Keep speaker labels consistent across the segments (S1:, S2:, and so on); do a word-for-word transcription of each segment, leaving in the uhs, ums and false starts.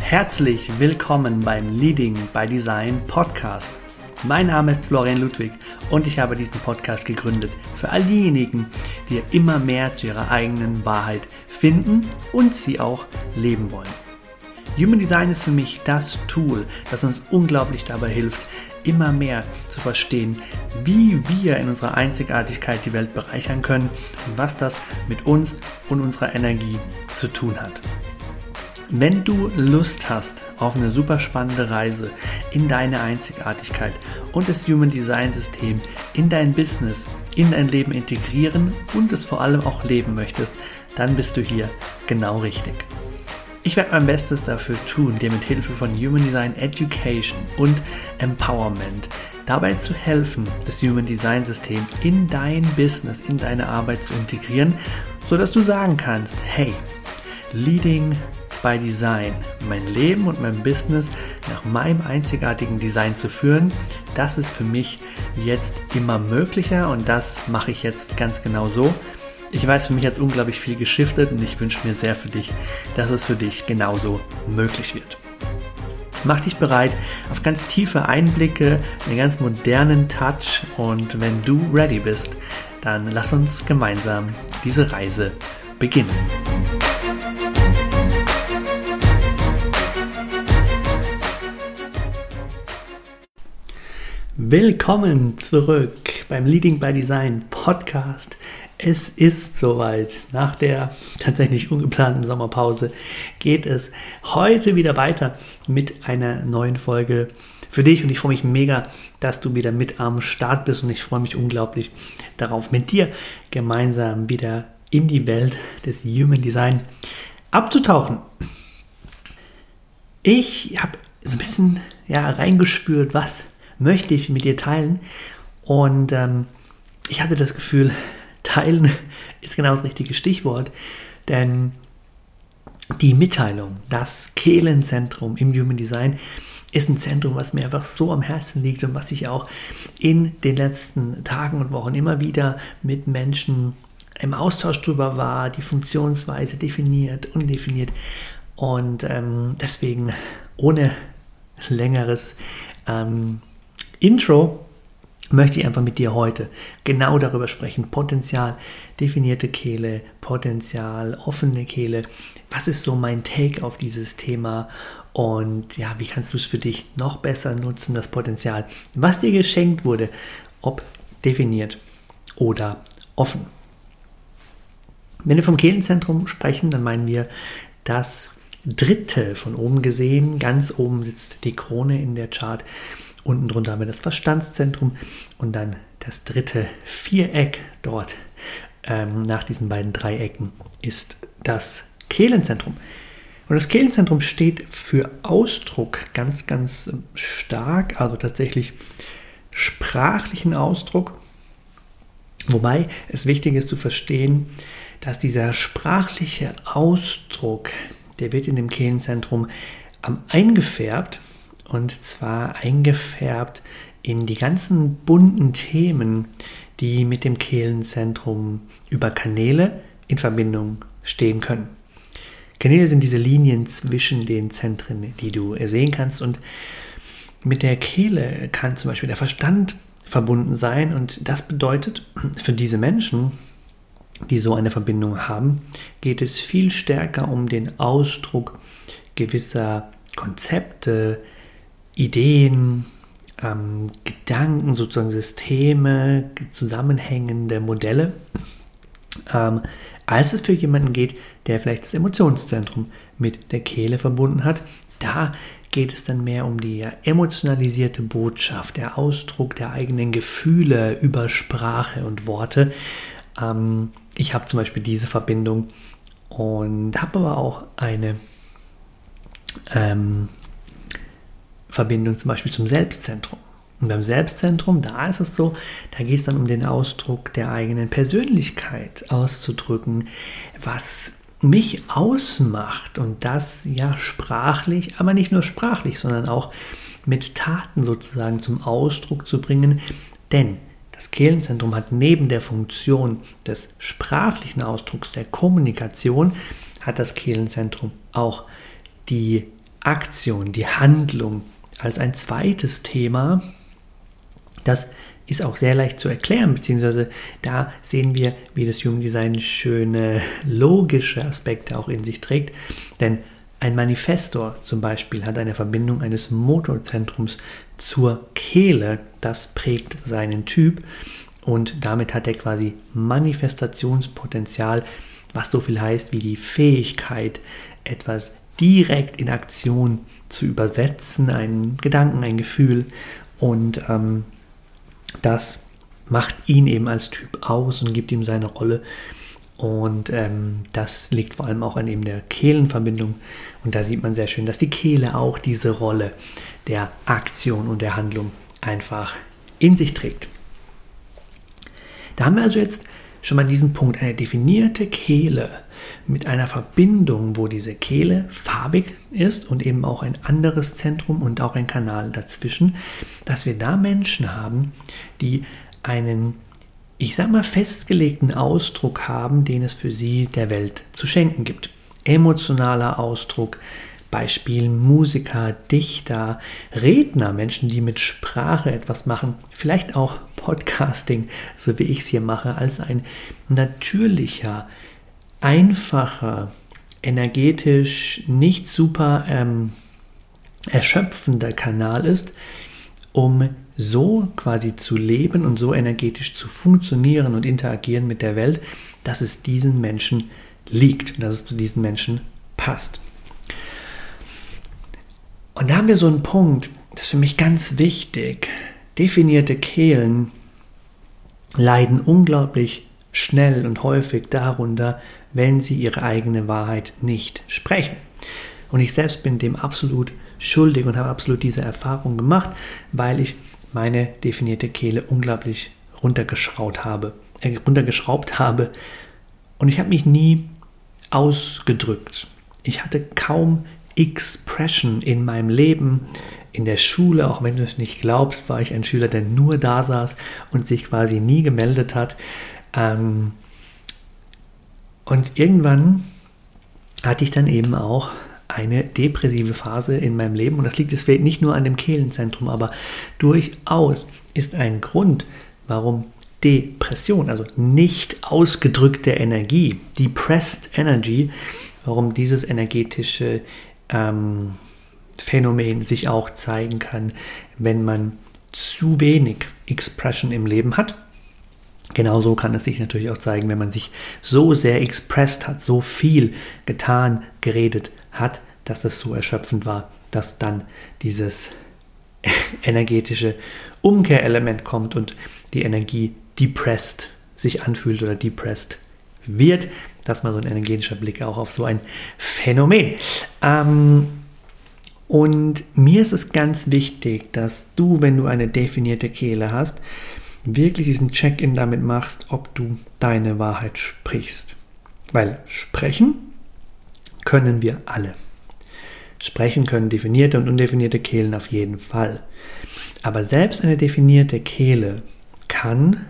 S1: Herzlich willkommen beim Leading by Design Podcast. Mein Name ist Florian Ludwig und ich habe diesen Podcast gegründet für all diejenigen, die immer mehr zu ihrer eigenen Wahrheit finden und sie auch leben wollen. Human Design ist für mich das Tool, das uns unglaublich dabei hilft, immer mehr zu verstehen, wie wir in unserer Einzigartigkeit die Welt bereichern können und was das mit uns und unserer Energie zu tun hat. Wenn du Lust hast auf eine super spannende Reise in deine Einzigartigkeit und das Human Design System in dein Business, in dein Leben integrieren und es vor allem auch leben möchtest, dann bist du hier genau richtig. Ich werde mein Bestes dafür tun, dir mit Hilfe von Human Design Education und Empowerment dabei zu helfen, das Human Design System in dein Business, in deine Arbeit zu integrieren, sodass du sagen kannst, hey, Leading by Design, mein Leben und mein Business nach meinem einzigartigen Design zu führen, das ist für mich jetzt immer möglicher und das mache ich jetzt ganz genau so. Ich weiß, für mich hat es unglaublich viel geschiftet und ich wünsche mir sehr für dich, dass es für dich genauso möglich wird. Mach dich bereit auf ganz tiefe Einblicke, einen ganz modernen Touch und wenn du ready bist, dann lass uns gemeinsam diese Reise beginnen. Willkommen zurück beim Leading by Design Podcast. Es ist soweit. Nach der tatsächlich ungeplanten Sommerpause geht es heute wieder weiter mit einer neuen Folge für dich. Und ich freue mich mega, dass du wieder mit am Start bist. Und ich freue mich unglaublich darauf, mit dir gemeinsam wieder in die Welt des Human Design abzutauchen. Ich habe so ein bisschen ja, reingespürt, was möchte ich mit dir teilen. Und ähm, ich hatte das Gefühl, teilen ist genau das richtige Stichwort, denn die Mitteilung, das Kehlenzentrum im Human Design ist ein Zentrum, was mir einfach so am Herzen liegt und was ich auch in den letzten Tagen und Wochen immer wieder mit Menschen im Austausch drüber war, die Funktionsweise definiert, undefiniert und ähm, deswegen ohne längeres ähm, Intro möchte ich einfach mit dir heute genau darüber sprechen. Potenzial, definierte Kehle, Potenzial, offene Kehle. Was ist so mein Take auf dieses Thema? Und ja, wie kannst du es für dich noch besser nutzen, das Potenzial, was dir geschenkt wurde, ob definiert oder offen? Wenn wir vom Kehlenzentrum sprechen, dann meinen wir das dritte von oben gesehen. Ganz oben sitzt die Krone in der Chart. Unten drunter haben wir das Verstandszentrum und dann das dritte Viereck dort. Ähm, nach diesen beiden Dreiecken ist das Kehlenzentrum. Und das Kehlenzentrum steht für Ausdruck ganz, ganz stark, also tatsächlich sprachlichen Ausdruck. Wobei es wichtig ist zu verstehen, dass dieser sprachliche Ausdruck, der wird in dem Kehlenzentrum ähm, eingefärbt. Und zwar eingefärbt in die ganzen bunten Themen, die mit dem Kehlenzentrum über Kanäle in Verbindung stehen können. Kanäle sind diese Linien zwischen den Zentren, die du sehen kannst. Und mit der Kehle kann zum Beispiel der Verstand verbunden sein. Und das bedeutet, für diese Menschen, die so eine Verbindung haben, geht es viel stärker um den Ausdruck gewisser Konzepte, Ideen, ähm, Gedanken, sozusagen Systeme, zusammenhängende Modelle, ähm, als es für jemanden geht, der vielleicht das Emotionszentrum mit der Kehle verbunden hat. Da geht es dann mehr um die emotionalisierte Botschaft, der Ausdruck der eigenen Gefühle über Sprache und Worte. Ähm, ich habe zum Beispiel diese Verbindung und habe aber auch eine ähm, Verbindung zum Beispiel zum Selbstzentrum. Und beim Selbstzentrum, da ist es so, da geht es dann um den Ausdruck der eigenen Persönlichkeit auszudrücken, was mich ausmacht und das ja sprachlich, aber nicht nur sprachlich, sondern auch mit Taten sozusagen zum Ausdruck zu bringen, denn das Kehlenzentrum hat neben der Funktion des sprachlichen Ausdrucks, der Kommunikation, hat das Kehlenzentrum auch die Aktion, die Handlung als ein zweites Thema. Das ist auch sehr leicht zu erklären, beziehungsweise da sehen wir, wie das Human Design schöne logische Aspekte auch in sich trägt. Denn ein Manifestor zum Beispiel hat eine Verbindung eines Motorzentrums zur Kehle. Das prägt seinen Typ und damit hat er quasi Manifestationspotenzial, was so viel heißt wie die Fähigkeit, etwas direkt in Aktion zu übersetzen, einen Gedanken, ein Gefühl, und ähm, das macht ihn eben als Typ aus und gibt ihm seine Rolle. Und ähm, das liegt vor allem auch an eben der Kehlenverbindung. Und da sieht man sehr schön, dass die Kehle auch diese Rolle der Aktion und der Handlung einfach in sich trägt. Da haben wir also jetzt schon mal diesen Punkt, eine definierte Kehle mit einer Verbindung, wo diese Kehle farbig ist und eben auch ein anderes Zentrum und auch ein Kanal dazwischen, dass wir da Menschen haben, die einen, ich sag mal, festgelegten Ausdruck haben, den es für sie der Welt zu schenken gibt. Emotionaler Ausdruck, Beispiel Musiker, Dichter, Redner, Menschen, die mit Sprache etwas machen, vielleicht auch Podcasting, so wie ich es hier mache, als ein natürlicher, einfacher, energetisch nicht super ähm, erschöpfender Kanal ist, um so quasi zu leben und so energetisch zu funktionieren und interagieren mit der Welt, dass es diesen Menschen liegt und dass es zu diesen Menschen passt. Und da haben wir so einen Punkt, das ist für mich ganz wichtig. Definierte Kehlen leiden unglaublich schnell und häufig darunter, wenn sie ihre eigene Wahrheit nicht sprechen. Und ich selbst bin dem absolut schuldig und habe absolut diese Erfahrung gemacht, weil ich meine definierte Kehle unglaublich runtergeschraubt habe, äh, runtergeschraubt habe. Und ich habe mich nie ausgedrückt. Ich hatte kaum Expression in meinem Leben. In der Schule, auch wenn du es nicht glaubst, war ich ein Schüler, der nur da saß und sich quasi nie gemeldet hat. Ähm, und irgendwann hatte ich dann eben auch eine depressive Phase in meinem Leben. Und das liegt jetzt nicht nur an dem Kehlenzentrum, aber durchaus ist ein Grund, warum Depression, also nicht ausgedrückte Energie, depressed energy, warum dieses energetische ähm, Phänomen sich auch zeigen kann, wenn man zu wenig Expression im Leben hat. Genauso kann es sich natürlich auch zeigen, wenn man sich so sehr expressed hat, so viel getan, geredet hat, dass es so erschöpfend war, dass dann dieses energetische Umkehrelement kommt und die Energie depressed sich anfühlt oder depressed wird. Das ist mal so ein energetischer Blick auch auf so ein Phänomen. Ähm, und mir ist es ganz wichtig, dass du, wenn du eine definierte Kehle hast, wirklich diesen Check-in damit machst, ob du deine Wahrheit sprichst. Weil sprechen können wir alle. Sprechen können definierte und undefinierte Kehlen auf jeden Fall. Aber selbst eine definierte Kehle kann,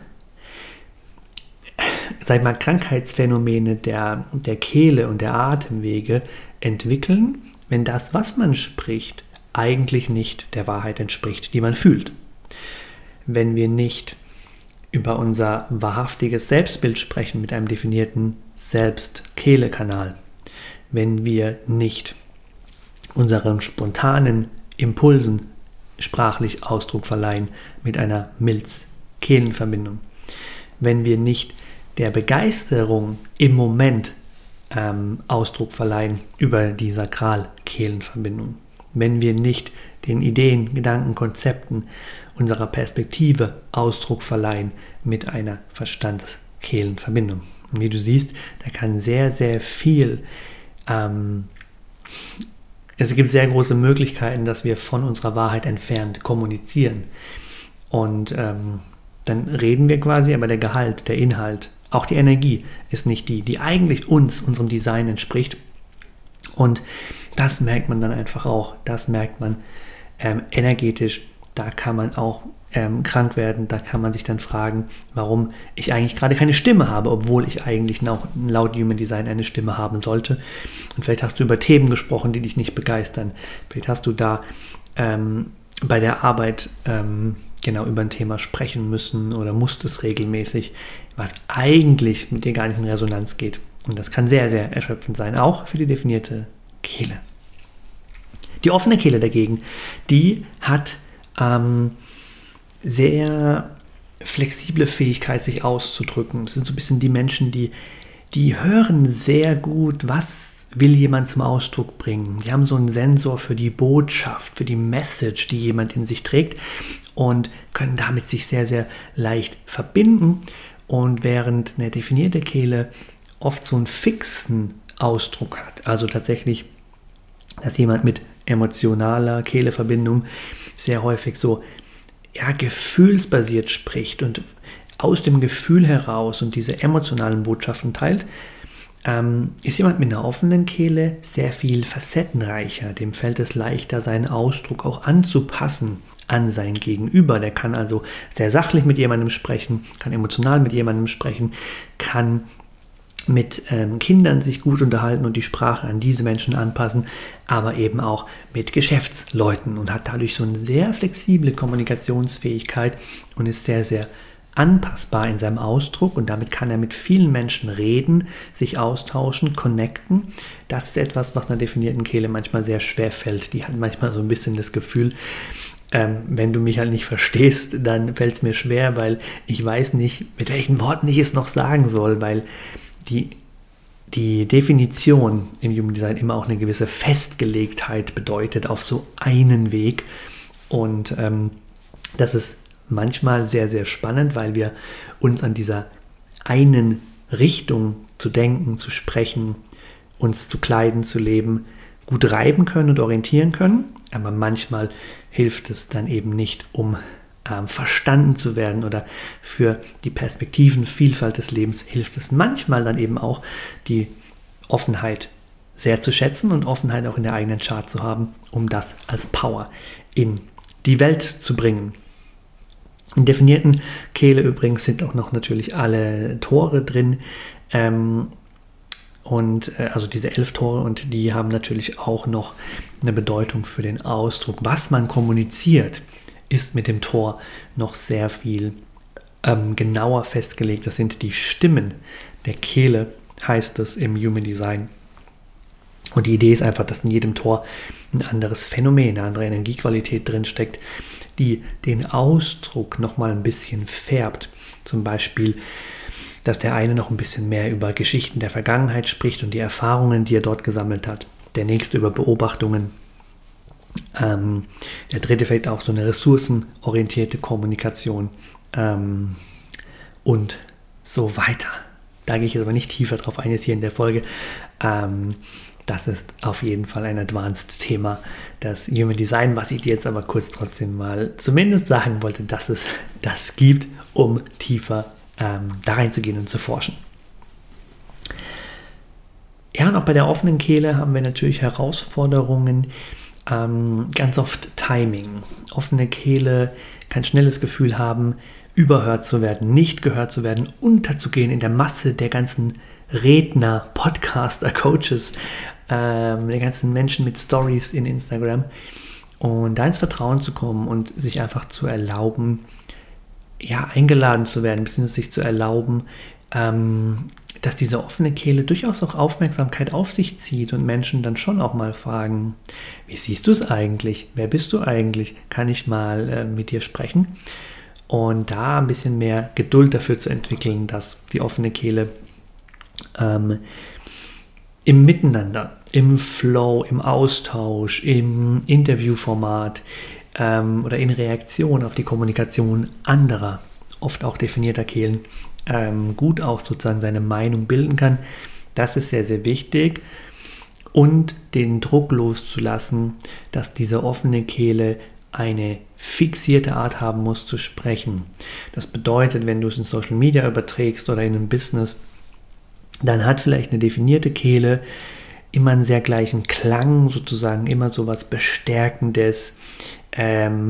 S1: sag mal, Krankheitsphänomene der, der Kehle und der Atemwege entwickeln, wenn das, was man spricht, eigentlich nicht der Wahrheit entspricht, die man fühlt. Wenn wir nicht über unser wahrhaftiges Selbstbild sprechen mit einem definierten Selbst-Kehle-Kanal, wenn wir nicht unseren spontanen Impulsen sprachlich Ausdruck verleihen mit einer Milz-Kehlenverbindung, wenn wir nicht der Begeisterung im Moment ähm, Ausdruck verleihen über die Sakral-Kehlenverbindung, wenn wir nicht den Ideen, Gedanken, Konzepten unserer Perspektive Ausdruck verleihen mit einer Verstandskehlenverbindung. Und wie du siehst, da kann sehr, sehr viel, ähm, es gibt sehr große Möglichkeiten, dass wir von unserer Wahrheit entfernt kommunizieren. Und ähm, dann reden wir quasi, aber der Gehalt, der Inhalt, auch die Energie ist nicht die, die eigentlich uns, unserem Design entspricht. Und das merkt man dann einfach auch, das merkt man ähm, energetisch. Da kann man auch ähm, krank werden. Da kann man sich dann fragen, warum ich eigentlich gerade keine Stimme habe, obwohl ich eigentlich auch laut Human Design eine Stimme haben sollte. Und vielleicht hast du über Themen gesprochen, die dich nicht begeistern. Vielleicht hast du da ähm, bei der Arbeit ähm, genau über ein Thema sprechen müssen oder musstest regelmäßig, was eigentlich mit dir gar nicht in Resonanz geht. Und das kann sehr, sehr erschöpfend sein, auch für die definierte Kehle. Die offene Kehle dagegen, die hat ähm, sehr flexible Fähigkeit, sich auszudrücken. Das sind so ein bisschen die Menschen, die, die hören sehr gut, was will jemand zum Ausdruck bringen. Die haben so einen Sensor für die Botschaft, für die Message, die jemand in sich trägt und können damit sich sehr, sehr leicht verbinden. Und während eine definierte Kehle oft so einen fixen Ausdruck hat, also tatsächlich, dass jemand mit emotionaler Kehleverbindung sehr häufig so ja, gefühlsbasiert spricht und aus dem Gefühl heraus und diese emotionalen Botschaften teilt, ähm, ist jemand mit einer offenen Kehle sehr viel facettenreicher. Dem fällt es leichter, seinen Ausdruck auch anzupassen an sein Gegenüber. Der kann also sehr sachlich mit jemandem sprechen, kann emotional mit jemandem sprechen, kann mit ähm, Kindern sich gut unterhalten und die Sprache an diese Menschen anpassen, aber eben auch mit Geschäftsleuten und hat dadurch so eine sehr flexible Kommunikationsfähigkeit und ist sehr, sehr anpassbar in seinem Ausdruck und damit kann er mit vielen Menschen reden, sich austauschen, connecten. Das ist etwas, was einer definierten Kehle manchmal sehr schwer fällt. Die hat manchmal so ein bisschen das Gefühl, ähm, wenn du mich halt nicht verstehst, dann fällt es mir schwer, weil ich weiß nicht, mit welchen Worten ich es noch sagen soll, weil die, die Definition im Human Design immer auch eine gewisse Festgelegtheit bedeutet auf so einen Weg und ähm, das ist manchmal sehr, sehr spannend, weil wir uns an dieser einen Richtung zu denken, zu sprechen, uns zu kleiden, zu leben, gut reiben können und orientieren können. Aber manchmal hilft es dann eben nicht, um ähm, verstanden zu werden oder für die Perspektivenvielfalt des Lebens hilft es manchmal dann eben auch, die Offenheit sehr zu schätzen und Offenheit auch in der eigenen Chart zu haben, um das als Power in die Welt zu bringen. In definierten Kehle übrigens sind auch noch natürlich alle Tore drin ähm, und äh, also diese elf Tore und die haben natürlich auch noch eine Bedeutung für den Ausdruck. Was man kommuniziert, ist mit dem Tor noch sehr viel ähm, genauer festgelegt. Das sind die Stimmen der Kehle, heißt es im Human Design. Und die Idee ist einfach, dass in jedem Tor ein anderes Phänomen, eine andere Energiequalität drinsteckt, die den Ausdruck nochmal ein bisschen färbt. Zum Beispiel, dass der eine noch ein bisschen mehr über Geschichten der Vergangenheit spricht und die Erfahrungen, die er dort gesammelt hat. Der nächste über Beobachtungen. Ähm, der dritte vielleicht auch so eine ressourcenorientierte Kommunikation ähm, und so weiter. Da gehe ich jetzt aber nicht tiefer drauf ein, jetzt hier in der Folge. Ähm, Das ist auf jeden Fall ein Advanced-Thema, das Human Design, was ich dir jetzt aber kurz trotzdem mal zumindest sagen wollte, dass es das gibt, um tiefer ähm, da reinzugehen und zu forschen. Ja, und auch bei der offenen Kehle haben wir natürlich Herausforderungen, ähm, ganz oft Timing. Offene Kehle kann schnell das Gefühl haben, überhört zu werden, nicht gehört zu werden, unterzugehen in der Masse der ganzen Redner, Podcaster, Coaches, ähm, der ganzen Menschen mit Stories in Instagram und da ins Vertrauen zu kommen und sich einfach zu erlauben, ja, eingeladen zu werden, beziehungsweise sich zu erlauben, ähm, dass diese offene Kehle durchaus auch Aufmerksamkeit auf sich zieht und Menschen dann schon auch mal fragen, wie siehst du es eigentlich? Wer bist du eigentlich? Kann ich mal äh, mit dir sprechen? Und da ein bisschen mehr Geduld dafür zu entwickeln, dass die offene Kehle ähm, im Miteinander, im Flow, im Austausch, im Interviewformat ähm, oder in Reaktion auf die Kommunikation anderer, oft auch definierter Kehlen, ähm, gut auch sozusagen seine Meinung bilden kann. Das ist sehr, sehr wichtig. Und den Druck loszulassen, dass diese offene Kehle eine fixierte Art haben muss zu sprechen. Das bedeutet, wenn du es in Social Media überträgst oder in einem Business, dann hat vielleicht eine definierte Kehle immer einen sehr gleichen Klang, sozusagen immer so was Bestärkendes, ähm,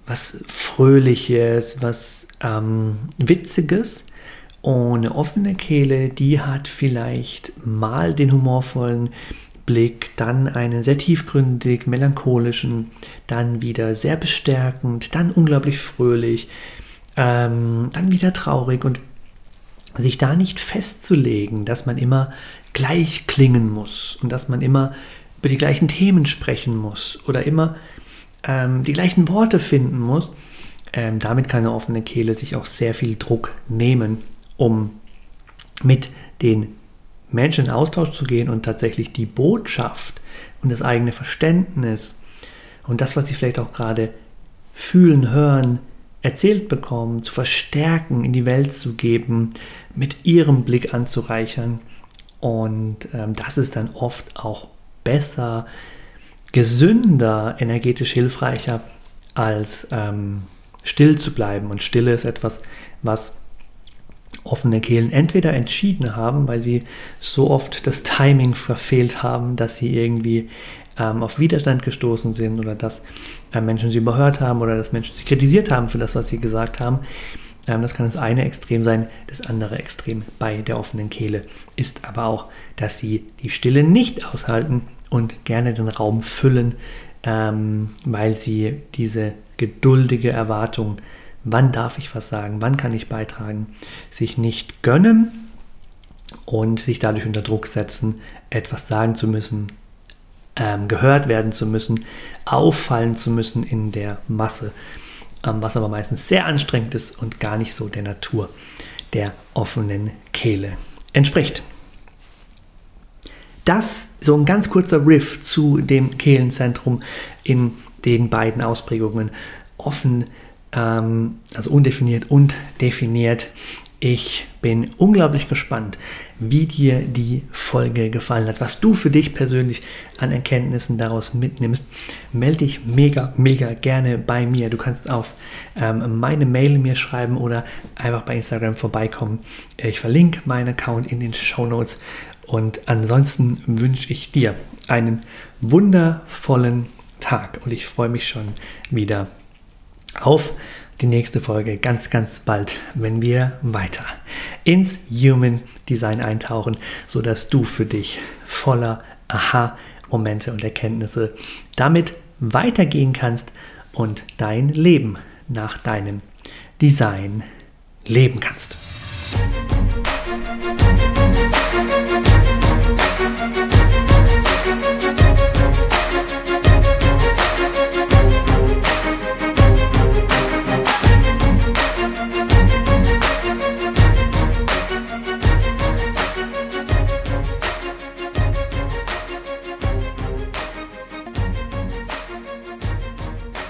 S1: was Fröhliches, was ähm, Witziges. Und eine offene Kehle, die hat vielleicht mal den humorvollen Blick, dann einen sehr tiefgründig melancholischen, dann wieder sehr bestärkend, dann unglaublich fröhlich, ähm, dann wieder traurig, und sich da nicht festzulegen, dass man immer gleich klingen muss und dass man immer über die gleichen Themen sprechen muss oder immer ähm, die gleichen Worte finden muss, ähm, damit kann eine offene Kehle sich auch sehr viel Druck nehmen, um mit den Menschen in Austausch zu gehen und tatsächlich die Botschaft und das eigene Verständnis und das, was sie vielleicht auch gerade fühlen, hören, erzählt bekommen, zu verstärken, in die Welt zu geben, mit ihrem Blick anzureichern. Und ähm, das ist dann oft auch besser, gesünder, energetisch hilfreicher, als ähm, still zu bleiben. Und Stille ist etwas, was offene Kehlen entweder entschieden haben, weil sie so oft das Timing verfehlt haben, dass sie irgendwie ähm, auf Widerstand gestoßen sind oder dass äh, Menschen sie überhört haben oder dass Menschen sie kritisiert haben für das, was sie gesagt haben. Ähm, das kann das eine Extrem sein. Das andere Extrem bei der offenen Kehle ist aber auch, dass sie die Stille nicht aushalten und gerne den Raum füllen, ähm, weil sie diese geduldige Erwartung, wann darf ich was sagen, wann kann ich beitragen, sich nicht gönnen und sich dadurch unter Druck setzen, etwas sagen zu müssen, ähm, gehört werden zu müssen, auffallen zu müssen in der Masse, ähm, was aber meistens sehr anstrengend ist und gar nicht so der Natur der offenen Kehle entspricht. Das so ein ganz kurzer Riff zu dem Kehlenzentrum in den beiden Ausprägungen offen, also undefiniert und definiert. Ich bin unglaublich gespannt, wie dir die Folge gefallen hat, was du für dich persönlich an Erkenntnissen daraus mitnimmst. Melde dich mega, mega gerne bei mir. Du kannst auf ähm, meine Mail mir schreiben oder einfach bei Instagram vorbeikommen. Ich verlinke meinen Account in den Shownotes. Und ansonsten wünsche ich dir einen wundervollen Tag und ich freue mich schon wieder auf die nächste Folge ganz, ganz bald, wenn wir weiter ins Human Design eintauchen, sodass du für dich voller Aha-Momente und Erkenntnisse damit weitergehen kannst und dein Leben nach deinem Design leben kannst.